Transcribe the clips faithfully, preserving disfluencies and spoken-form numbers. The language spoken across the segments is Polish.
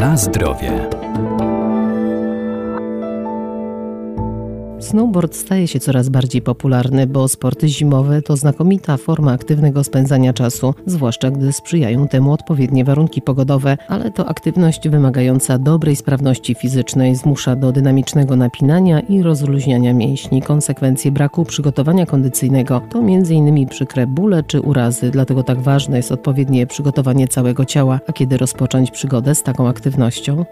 Na zdrowie. Snowboard staje się coraz bardziej popularny, bo sporty zimowe to znakomita forma aktywnego spędzania czasu, zwłaszcza gdy sprzyjają temu odpowiednie warunki pogodowe, ale to aktywność wymagająca dobrej sprawności fizycznej, zmusza do dynamicznego napinania i rozluźniania mięśni. Konsekwencje braku przygotowania kondycyjnego to między innymi przykre bóle czy urazy, dlatego tak ważne jest odpowiednie przygotowanie całego ciała. A kiedy rozpocząć przygodę z taką aktywnością?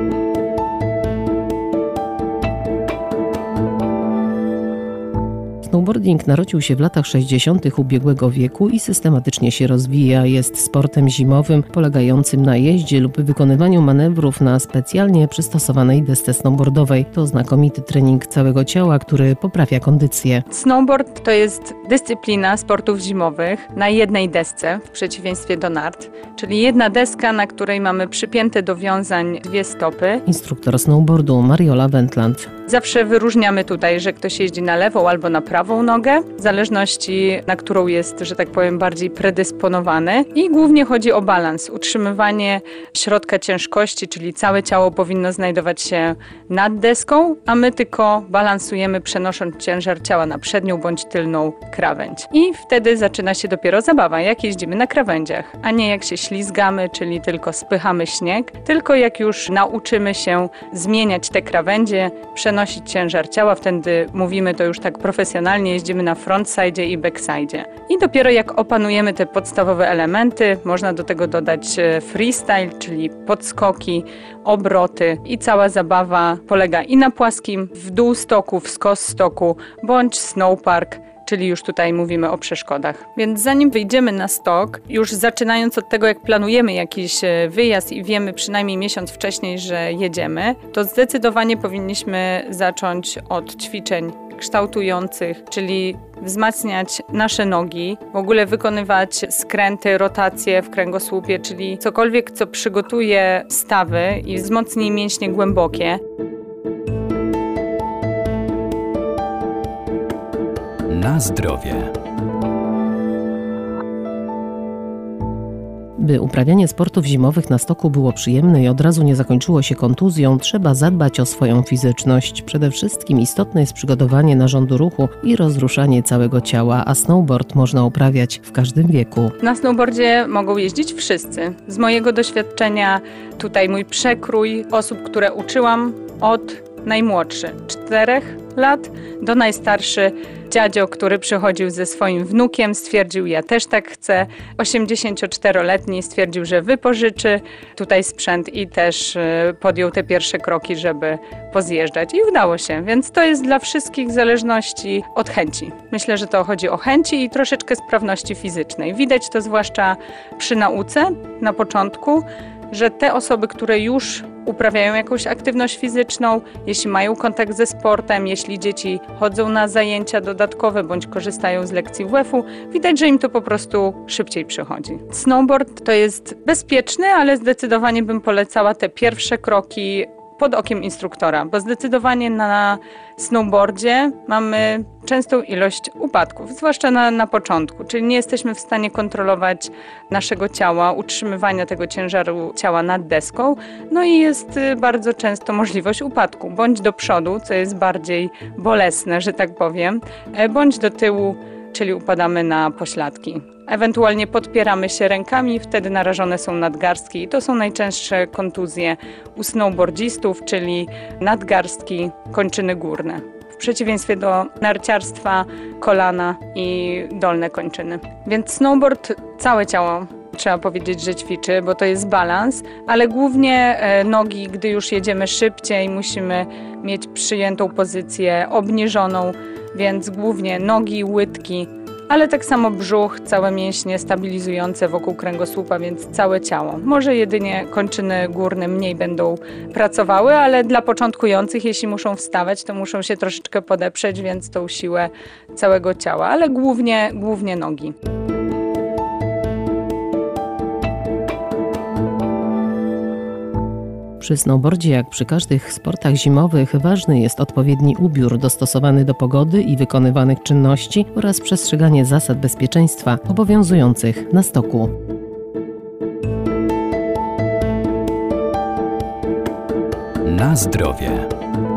Snowboarding narodził się w latach sześćdziesiątych ubiegłego wieku i systematycznie się rozwija. Jest sportem zimowym polegającym na jeździe lub wykonywaniu manewrów na specjalnie przystosowanej desce snowboardowej. To znakomity trening całego ciała, który poprawia kondycję. Snowboard to jest dyscyplina sportów zimowych na jednej desce, w przeciwieństwie do nart, czyli jedna deska, na której mamy przypięte do wiązań dwie stopy. Instruktor snowboardu Mariola Wendland. Zawsze wyróżniamy tutaj, że ktoś jeździ na lewą albo na prawą nogę, w zależności na którą jest, że tak powiem, bardziej predysponowany. I głównie chodzi o balans, utrzymywanie środka ciężkości, czyli całe ciało powinno znajdować się nad deską, a my tylko balansujemy, przenosząc ciężar ciała na przednią bądź tylną krawędź. I wtedy zaczyna się dopiero zabawa, jak jeździmy na krawędziach, a nie jak się ślizgamy, czyli tylko spychamy śnieg, tylko jak już nauczymy się zmieniać te krawędzie, przenosić nosić ciężar ciała, wtedy mówimy to już tak profesjonalnie, jeździmy na frontside i backside. I dopiero jak opanujemy te podstawowe elementy, można do tego dodać freestyle, czyli podskoki, obroty i cała zabawa polega i na płaskim w dół stoku, w skos stoku, bądź snowpark, czyli już tutaj mówimy o przeszkodach. Więc zanim wyjdziemy na stok, już zaczynając od tego, jak planujemy jakiś wyjazd i wiemy przynajmniej miesiąc wcześniej, że jedziemy, to zdecydowanie powinniśmy zacząć od ćwiczeń kształtujących, czyli wzmacniać nasze nogi, w ogóle wykonywać skręty, rotacje w kręgosłupie, czyli cokolwiek, co przygotuje stawy i wzmocni mięśnie głębokie. Na zdrowie. By uprawianie sportów zimowych na stoku było przyjemne i od razu nie zakończyło się kontuzją, trzeba zadbać o swoją fizyczność. Przede wszystkim istotne jest przygotowanie narządu ruchu i rozruszanie całego ciała, a snowboard można uprawiać w każdym wieku. Na snowboardzie mogą jeździć wszyscy. Z mojego doświadczenia tutaj mój przekrój osób, które uczyłam od najmłodszy, czterech lat, do najstarszy dziadzio, który przychodził ze swoim wnukiem, stwierdził, ja też tak chcę. osiemdziesięcioczteroletni stwierdził, że wypożyczy tutaj sprzęt i też podjął te pierwsze kroki, żeby pozjeżdżać. I udało się, więc to jest dla wszystkich w zależności od chęci. Myślę, że to chodzi o chęci i troszeczkę sprawności fizycznej. Widać to zwłaszcza przy nauce na początku, że te osoby, które już uprawiają jakąś aktywność fizyczną, jeśli mają kontakt ze sportem, jeśli dzieci chodzą na zajęcia dodatkowe bądź korzystają z lekcji W F-u, widać, że im to po prostu szybciej przychodzi. Snowboard to jest bezpieczny, ale zdecydowanie bym polecała te pierwsze kroki pod okiem instruktora, bo zdecydowanie na snowboardzie mamy częstą ilość upadków, zwłaszcza na, na początku, czyli nie jesteśmy w stanie kontrolować naszego ciała, utrzymywania tego ciężaru ciała nad deską, no i jest bardzo często możliwość upadku, bądź do przodu, co jest bardziej bolesne, że tak powiem, bądź do tyłu, czyli upadamy na pośladki. Ewentualnie podpieramy się rękami, wtedy narażone są nadgarstki i to są najczęstsze kontuzje u snowboardzistów, czyli nadgarstki, kończyny górne. W przeciwieństwie do narciarstwa, kolana i dolne kończyny. Więc snowboard całe ciało trzeba powiedzieć, że ćwiczy, bo to jest balans, ale głównie nogi, gdy już jedziemy szybciej, musimy mieć przyjętą pozycję obniżoną, więc głównie nogi, łydki, ale tak samo brzuch, całe mięśnie stabilizujące wokół kręgosłupa, więc całe ciało. Może jedynie kończyny górne mniej będą pracowały, ale dla początkujących, jeśli muszą wstawać, to muszą się troszeczkę podeprzeć, więc tą siłę całego ciała, ale głównie, głównie nogi. Przy snowboardzie, jak przy każdych sportach zimowych, ważny jest odpowiedni ubiór dostosowany do pogody i wykonywanych czynności oraz przestrzeganie zasad bezpieczeństwa obowiązujących na stoku. Na zdrowie.